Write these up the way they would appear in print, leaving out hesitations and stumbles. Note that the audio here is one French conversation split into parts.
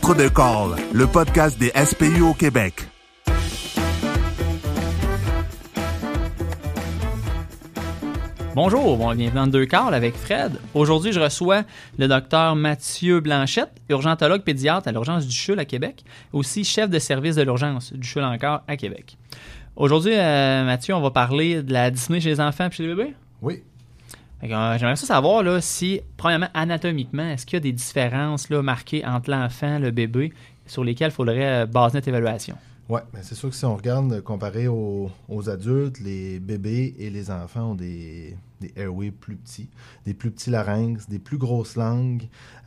Entre-deux-Calls, le podcast des SPU au Québec. Bonjour, bienvenue dans Deux Calls avec Fred. Aujourd'hui, je reçois le docteur Mathieu Blanchette, urgentologue pédiatre à l'urgence du CHUL à Québec, aussi chef de service de l'urgence du CHUL encore à Québec. Aujourd'hui, Mathieu, on va parler de la dyspnée chez les enfants et chez les bébés. Oui. J'aimerais ça savoir là, si, premièrement, anatomiquement, est-ce qu'il y a des différences là, marquées entre l'enfant et le bébé sur lesquelles il faudrait baser notre évaluation? Oui, c'est sûr que si on regarde comparé aux adultes, les bébés et les enfants ont des airways plus petits, des plus petits larynx, des plus grosses langues,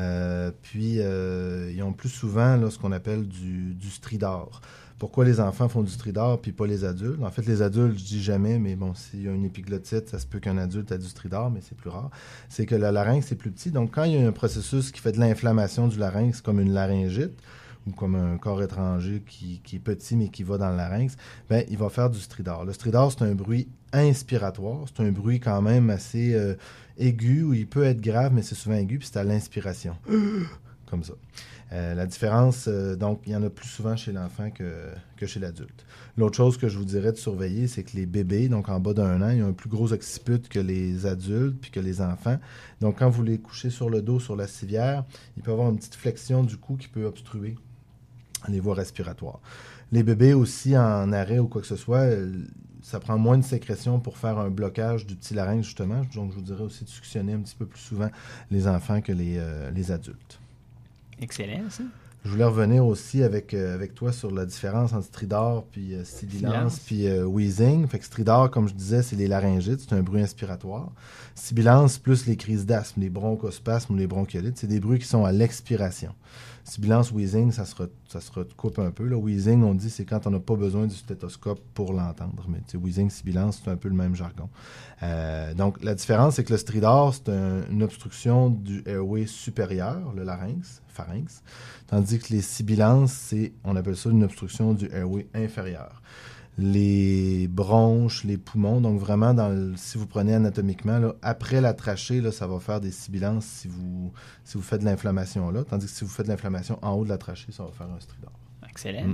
puis ils ont plus souvent là, ce qu'on appelle du stridor. Pourquoi les enfants font du stridor puis pas les adultes? En fait, les adultes, je dis jamais, mais bon, s'il y a une épiglottite, ça se peut qu'un adulte ait du stridor, mais c'est plus rare. C'est que le larynx est plus petit. Donc, quand il y a un processus qui fait de l'inflammation du larynx, comme une laryngite, ou comme un corps étranger qui est petit mais qui va dans le larynx, ben, il va faire du stridor. Le stridor, c'est un bruit inspiratoire. C'est un bruit quand même assez aigu, où il peut être grave, mais c'est souvent aigu, puis c'est à l'inspiration. Comme ça. La différence, donc, il y en a plus souvent chez l'enfant que chez l'adulte. L'autre chose que je vous dirais de surveiller, c'est que les bébés, donc en bas d'1 an, ils ont un plus gros occiput que les adultes puis que les enfants. Donc, quand vous les couchez sur le dos, sur la civière, il peut y avoir une petite flexion du cou qui peut obstruer les voies respiratoires. Les bébés aussi, en arrêt ou quoi que ce soit, ça prend moins de sécrétion pour faire un blocage du petit larynx, justement. Donc, je vous dirais aussi de suctionner un petit peu plus souvent les enfants que les adultes. Excellent, ça. Je voulais revenir aussi avec toi sur la différence entre stridor puis sibilance puis wheezing. Fait que stridor, comme je disais, c'est les laryngites, c'est un bruit inspiratoire. Sibilance, plus les crises d'asthme, les bronchospasmes ou les bronchiolites, c'est des bruits qui sont à l'expiration. Sibilance, wheezing, ça se recoupe un peu. Là. Wheezing, on dit, c'est quand on n'a pas besoin du stéthoscope pour l'entendre. Mais wheezing, sibilance, c'est un peu le même jargon. Donc, la différence, c'est que le stridor, c'est une obstruction du airway supérieur, le larynx, pharynx. Tandis que les sibilances, on appelle ça une obstruction du airway inférieur. Les bronches, les poumons, donc vraiment, si vous prenez anatomiquement, là, après la trachée, là, ça va faire des sibilances si vous faites de l'inflammation là, tandis que si vous faites de l'inflammation en haut de la trachée, ça va faire un stridor. Excellent.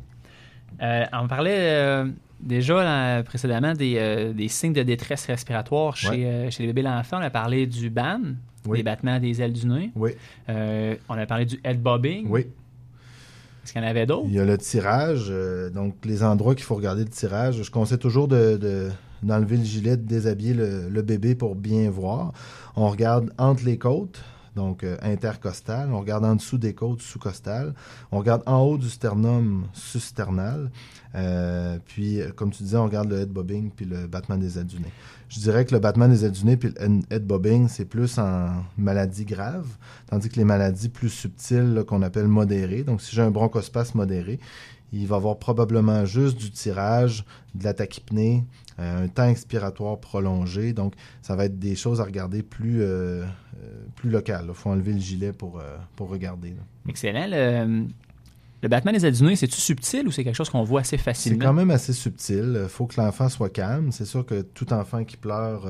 On parlait déjà là, précédemment des signes de détresse respiratoire chez les bébés et l'enfant. On a parlé du BAM, des battements des ailes du nez. Oui. On a parlé du head bobbing. Oui. Est-ce qu'il y en avait d'autres? Il y a le tirage, donc les endroits qu'il faut regarder le tirage. Je conseille toujours d'enlever le gilet, de déshabiller le bébé pour bien voir. On regarde entre les côtes, donc intercostales. On regarde en dessous des côtes, sous-costales. On regarde en haut du sternum, sus-sternal. Puis, comme tu disais, on regarde le head bobbing puis le battement des ailes du nez. Je dirais que le battement des ailes du nez puis le head bobbing, c'est plus en maladie grave, tandis que les maladies plus subtiles là, qu'on appelle modérées, donc si j'ai un bronchospasme modéré, il va y avoir probablement juste du tirage, de la tachypnée, un temps expiratoire prolongé. Donc, ça va être des choses à regarder plus locales. Il faut enlever le gilet pour regarder. Là. Excellent. Le battement des ailes du nez, c'est-tu subtil ou c'est quelque chose qu'on voit assez facilement? C'est quand même assez subtil. Il faut que l'enfant soit calme. C'est sûr que tout enfant qui pleure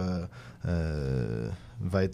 va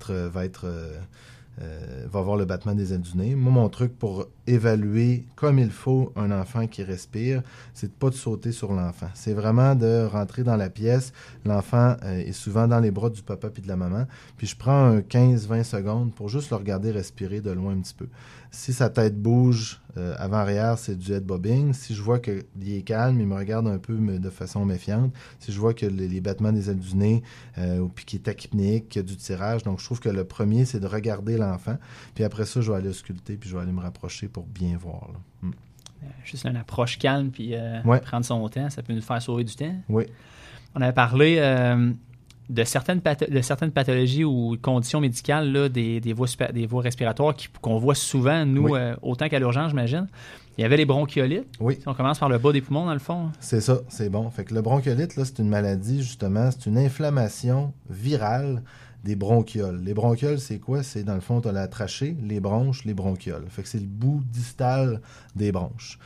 avoir le battement des ailes du nez. Moi, mon truc pour évaluer comme il faut un enfant qui respire, c'est de pas de sauter sur l'enfant. C'est vraiment de rentrer dans la pièce. L'enfant est souvent dans les bras du papa puis de la maman. Puis je prends un 15-20 secondes pour juste le regarder respirer de loin un petit peu. Si sa tête bouge avant-arrière, c'est du head bobbing. Si je vois qu'il est calme, il me regarde un peu de façon méfiante. Si je vois que les battements des ailes du nez, puis qu'il est tachypnéique, qu'il y a du tirage. Donc, je trouve que le premier, c'est de regarder l'enfant. Puis après ça, je vais aller ausculter, puis je vais aller me rapprocher pour bien voir. Là. Juste une approche calme, puis prendre son temps, ça peut nous faire sauver du temps. Oui. On avait parlé de certaines pathologies ou conditions médicales, là, des voies respiratoires qu'on voit souvent, nous, autant qu'à l'urgence, j'imagine. Il y avait les bronchiolites. Oui. Si on commence par le bas des poumons, dans le fond. C'est ça, c'est bon. Fait que le bronchiolite, là, c'est une maladie, justement, c'est une inflammation virale des bronchioles. Les bronchioles, c'est quoi? C'est, dans le fond, tu as la trachée, les bronches, les bronchioles. Fait que c'est le bout distal des bronches.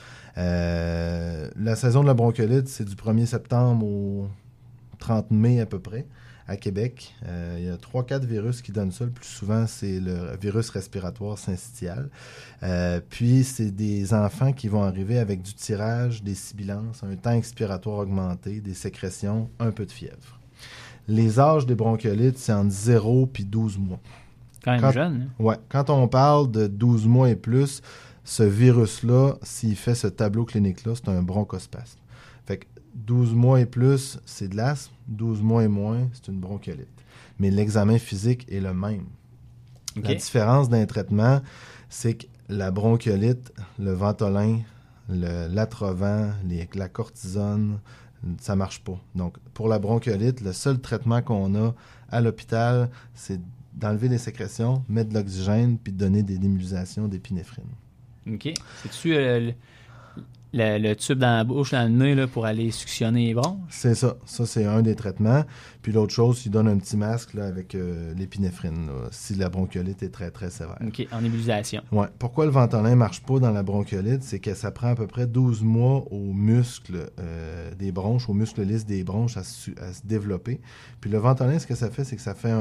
La saison de la bronchiolite, c'est du 1er septembre au 30 mai à peu près. à Québec. Il y a 3-4 virus qui donnent ça. Le plus souvent, c'est le virus respiratoire syncytial. Puis, c'est des enfants qui vont arriver avec du tirage, des sibilances, un temps expiratoire augmenté, des sécrétions, un peu de fièvre. Les âges des bronchiolites, c'est entre 0 et 12 mois. Quand même jeune. Hein? Ouais. Quand on parle de 12 mois et plus, ce virus-là, s'il fait ce tableau clinique-là, c'est un bronchospasme. Fait que 12 mois et plus, c'est de l'asthme. 12 mois et moins, c'est une bronchiolite. Mais l'examen physique est le même. Okay. La différence d'un traitement, c'est que la bronchiolite, le Ventolin, l'Atrovent, la cortisone, ça marche pas. Donc, pour la bronchiolite, le seul traitement qu'on a à l'hôpital, c'est d'enlever les sécrétions, mettre de l'oxygène, puis de donner des nébulisations d'épinéphrine. OK. C'est-tu le tube dans la bouche, dans le nez, là, pour aller suctionner les bronches? C'est ça. Ça, c'est un des traitements. Puis l'autre chose, il donne un petit masque là, avec l'épinéphrine, là, si la bronchiolite est très, très sévère. OK, en nébulisation. Ouais. Pourquoi le Ventolin ne marche pas dans la bronchiolite? C'est que ça prend à peu près 12 mois aux muscles des bronches, aux muscles lisses des bronches à se développer. Puis le Ventolin, ce que ça fait, c'est que ça fait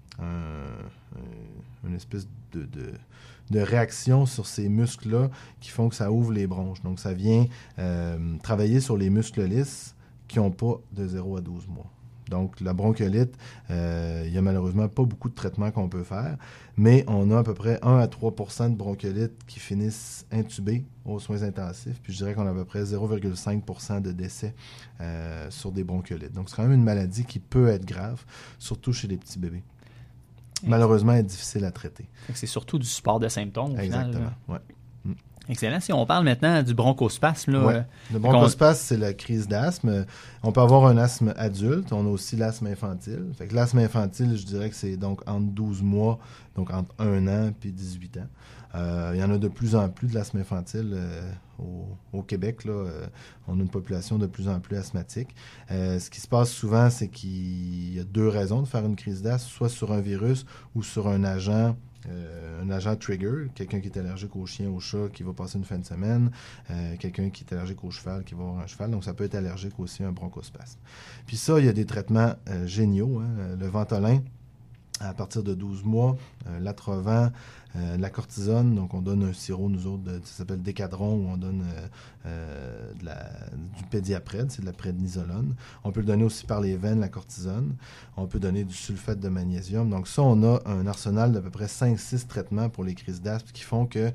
une espèce de réaction sur ces muscles-là qui font que ça ouvre les bronches. Donc, ça vient travailler sur les muscles lisses qui n'ont pas de 0 à 12 mois. Donc, la bronchiolite, il n'y a malheureusement pas beaucoup de traitements qu'on peut faire, mais on a à peu près 1 à 3 % de bronchiolites qui finissent intubés aux soins intensifs, puis je dirais qu'on a à peu près 0,5 % de décès sur des bronchiolites. Donc, c'est quand même une maladie qui peut être grave, surtout chez les petits bébés. Malheureusement, elle est difficile à traiter. C'est surtout du support de symptômes, au Exactement, final. oui. Excellent. Si on parle maintenant du bronchospasme, là, ouais. Le bronchospasme, c'est la crise d'asthme. On peut avoir un asthme adulte. On a aussi l'asthme infantile. Fait que l'asthme infantile, je dirais que c'est donc entre 12 mois, donc entre 1 an et 18 ans. Il y en a de plus en plus de l'asthme infantile au Québec. Là, on a une population de plus en plus asthmatique. Ce qui se passe souvent, c'est qu'il y a 2 raisons de faire une crise d'asthme, soit sur un virus ou sur un agent trigger, quelqu'un qui est allergique au chien, au chat, qui va passer une fin de semaine, quelqu'un qui est allergique au cheval, qui va avoir un cheval, donc ça peut être allergique aussi à un bronchospasme. Puis ça, il y a des traitements géniaux, hein? Le Ventolin, à partir de 12 mois, l'Atrovent, la cortisone, donc on donne un sirop, nous autres, ça s'appelle Décadron, où on donne du pédiaprède, c'est de la prédnisolone. On peut le donner aussi par les veines, la cortisone. On peut donner du sulfate de magnésium. Donc ça, on a un arsenal d'à peu près 5-6 traitements pour les crises d'asthme qui font que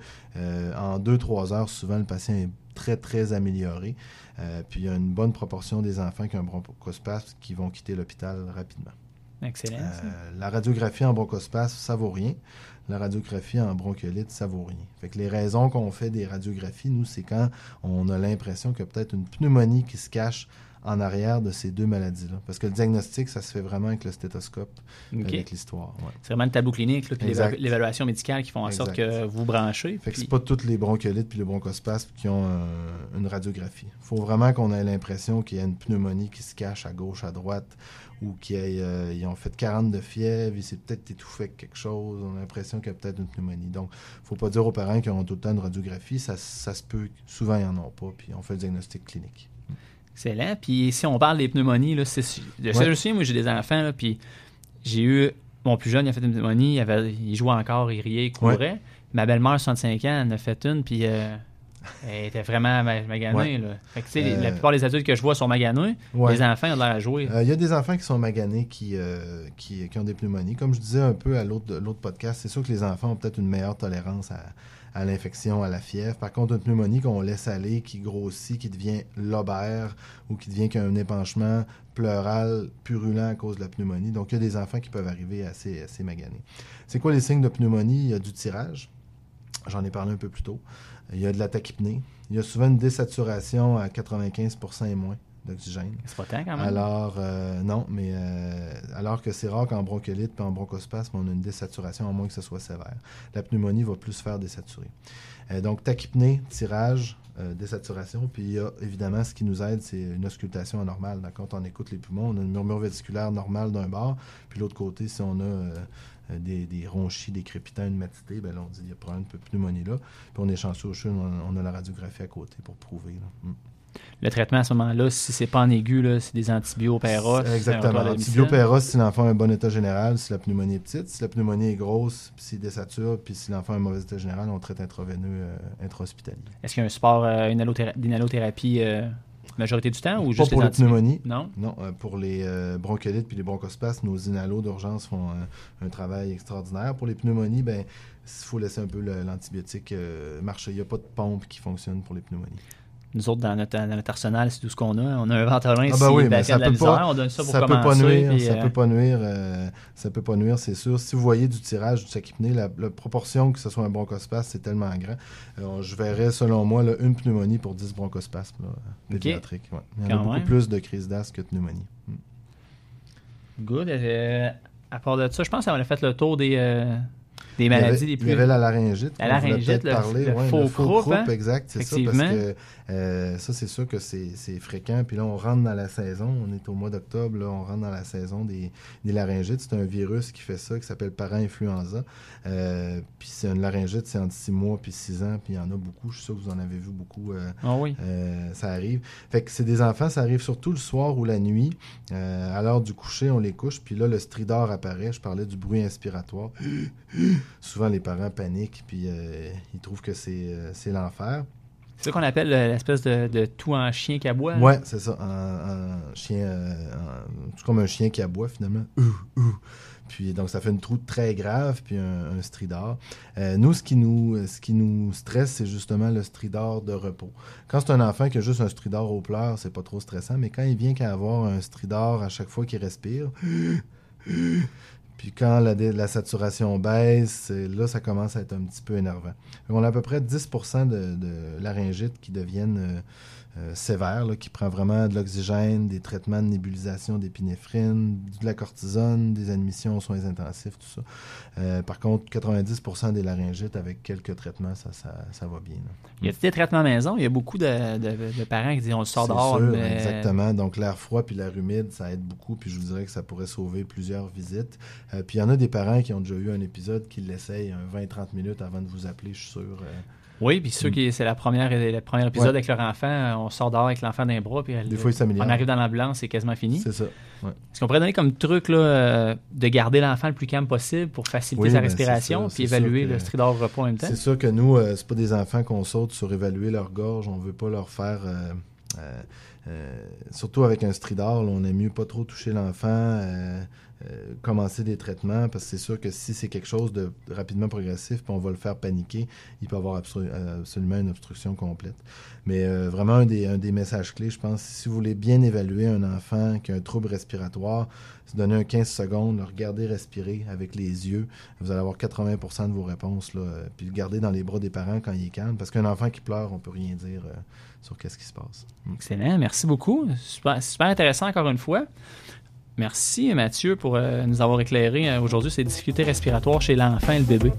en 2-3 heures, souvent, le patient est très, très amélioré. Puis il y a une bonne proportion des enfants qui ont un bronchospasme qui vont quitter l'hôpital rapidement. Excellent. La radiographie en bronchospasme, ça vaut rien. La radiographie en bronchiolite, ça vaut rien. Fait que les raisons qu'on fait des radiographies, nous, c'est quand on a l'impression qu'il y a peut-être une pneumonie qui se cache en arrière de ces 2 maladies-là. Parce que le diagnostic, ça se fait vraiment avec le stéthoscope, avec l'histoire. Ouais. C'est vraiment le tableau clinique, là, puis l'évaluation médicale qui font en sorte que vous branchez. Fait que c'est pas toutes les bronchiolites puis le bronchospasme qui ont une radiographie. Il faut vraiment qu'on ait l'impression qu'il y a une pneumonie qui se cache à gauche, à droite, ou qu'ils ont fait 40 de fièvre, il s'est peut-être étouffé avec quelque chose, on a l'impression qu'il y a peut-être une pneumonie. Donc, il ne faut pas dire aux parents qu'ils ont tout le temps une radiographie, ça se peut, souvent ils n'en ont pas, puis on fait le diagnostic clinique. Excellent. Puis si on parle des pneumonies, là, je sais, moi j'ai des enfants, là, puis j'ai eu, mon plus jeune, il a fait une pneumonie, il jouait encore, il riait, il courait. Ouais. Ma belle-mère, 65 ans, elle en a fait une, puis elle était vraiment maganée. Ouais. Là. Fait que, la plupart des adultes que je vois sont maganés. Ouais. Les enfants, ils ont l'air à jouer. Il y a des enfants qui sont maganés qui ont des pneumonies. Comme je disais un peu à l'autre podcast, c'est sûr que les enfants ont peut-être une meilleure tolérance à l'infection, à la fièvre. Par contre, une pneumonie qu'on laisse aller, qui grossit, qui devient lobaire ou qui devient qu'un épanchement pleural purulent à cause de la pneumonie. Donc, il y a des enfants qui peuvent arriver assez maganés. C'est quoi les signes de pneumonie? Il y a du tirage. J'en ai parlé un peu plus tôt. Il y a de la tachypnée. Il y a souvent une désaturation à 95% et moins d'oxygène. C'est pas tant quand même. Alors, non, mais alors que c'est rare qu'en bronchiolite et en bronchospasme, on a une désaturation, à moins que ce soit sévère. La pneumonie va plus faire désaturer. Donc, tachypnée, tirage, désaturation. Puis, il y a évidemment, ce qui nous aide, c'est une auscultation anormale. Donc, quand on écoute les poumons, on a une murmure vésiculaire normale d'un bord. Puis, de l'autre côté, si on a des ronchis, des crépitants, une matité, ben là, on dit qu'il y a probablement une pneumonie là. Puis, on est chanceux au CHU, on a la radiographie à côté pour prouver. Là. le traitement à ce moment-là, si c'est pas en aigu, là, c'est des antibiopéras. Exactement. Antibiopéras si l'enfant a un bon état général, si la pneumonie est petite. Si la pneumonie est grosse, puis s'il désature, puis si l'enfant a un mauvais état général, on traite intraveineux intra-hospitalier. Est-ce qu'il y a un support, d'inhalothérapie majorité du temps ou juste pas pour les pneumonies. Non? Non, pour les bronchiolites puis les bronchospasmes, nos inhalos d'urgence font un travail extraordinaire. Pour les pneumonies, il faut laisser un peu l'antibiotique marcher. Il n'y a pas de pompe qui fonctionne pour les pneumonies. Nous autres, dans notre arsenal, c'est tout ce qu'on a. On a un Ventolin, ça de la misère, on donne ça pour commencer. Ça peut pas nuire, c'est sûr. Si vous voyez du tirage du sac hypné, la proportion que ce soit un bronchospasme, c'est tellement grand. Je verrais, selon moi, là, une pneumonie pour 10 bronchospasmes pédiatriques. Ouais. Il y en a beaucoup plus de crises d'asthme que de pneumonie. Good. À part de ça, je pense qu'on a fait le tour des maladies les plus... Il y avait la laryngite. La laryngite, le faux croup, hein? Exact, c'est ça, parce que ça, c'est sûr que c'est fréquent. Puis là, on rentre dans la saison, on est au mois d'octobre, là, on rentre dans la saison des laryngites. C'est un virus qui fait ça, qui s'appelle parainfluenza. Puis c'est une laryngite, c'est entre 6 mois puis 6 ans, puis il y en a beaucoup. Je suis sûr que vous en avez vu beaucoup. Oui. Ça arrive. Fait que c'est des enfants, ça arrive surtout le soir ou la nuit. À l'heure du coucher, on les couche, puis là, le stridor apparaît. Je parlais du bruit inspiratoire. Souvent, les parents paniquent, puis ils trouvent que c'est l'enfer. C'est ça qu'on appelle l'espèce de toux en chien qui aboie. Oui, c'est ça. En chien, c'est comme un chien qui aboie, finalement. Puis, donc, ça fait une trouille très grave, puis un stridor. Nous, ce qui nous stresse, c'est justement le stridor de repos. Quand c'est un enfant qui a juste un stridor au pleur, c'est pas trop stressant, mais quand il vient qu'à avoir un stridor à chaque fois qu'il respire... Puis quand la saturation baisse, là, ça commence à être un petit peu énervant. On a à peu près 10% de laryngites qui deviennent sévères, là, qui prend vraiment de l'oxygène, des traitements de nébulisation d'épinéphrine, de la cortisone, des admissions aux soins intensifs, tout ça. Par contre, 90% des laryngites, avec quelques traitements, ça va bien. Là. Y a-t-il des traitements maison? Il y a beaucoup de parents qui disent on le sort dehors. Sûr, exactement. Donc, l'air froid puis l'air humide, ça aide beaucoup. Puis je vous dirais que ça pourrait sauver plusieurs visites. Puis il y en a des parents qui ont déjà eu un épisode qui l'essayent 20-30 minutes avant de vous appeler, je suis sûr. Oui, puis ceux qui c'est le premier épisode avec leur enfant, on sort dehors avec l'enfant d'un bras, puis des fois, il s'améliore. On arrive dans l'ambulance, c'est quasiment fini. C'est ça. Ouais. Est-ce qu'on pourrait donner comme truc là, de garder l'enfant le plus calme possible pour faciliter sa respiration, puis évaluer le stridor repos en même temps? C'est sûr que nous, c'est pas des enfants qu'on saute sur évaluer leur gorge. On veut pas leur faire... surtout avec un stridor, là, on aime mieux pas trop toucher l'enfant, commencer des traitements, parce que c'est sûr que si c'est quelque chose de rapidement progressif, puis on va le faire paniquer, il peut avoir absolument une obstruction complète. Mais vraiment, un des messages clés, je pense, si vous voulez bien évaluer un enfant qui a un trouble respiratoire, c'est donner un 15 secondes, le regarder respirer avec les yeux, vous allez avoir 80% de vos réponses, là, puis le garder dans les bras des parents quand il est calme, parce qu'un enfant qui pleure, on peut rien dire sur qu'est-ce qui se passe. Excellent, merci beaucoup. Super intéressant encore une fois. Merci Mathieu pour nous avoir éclairé aujourd'hui ces difficultés respiratoires chez l'enfant et le bébé.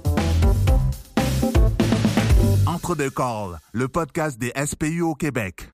Entre deux calls, le podcast des SPU au Québec.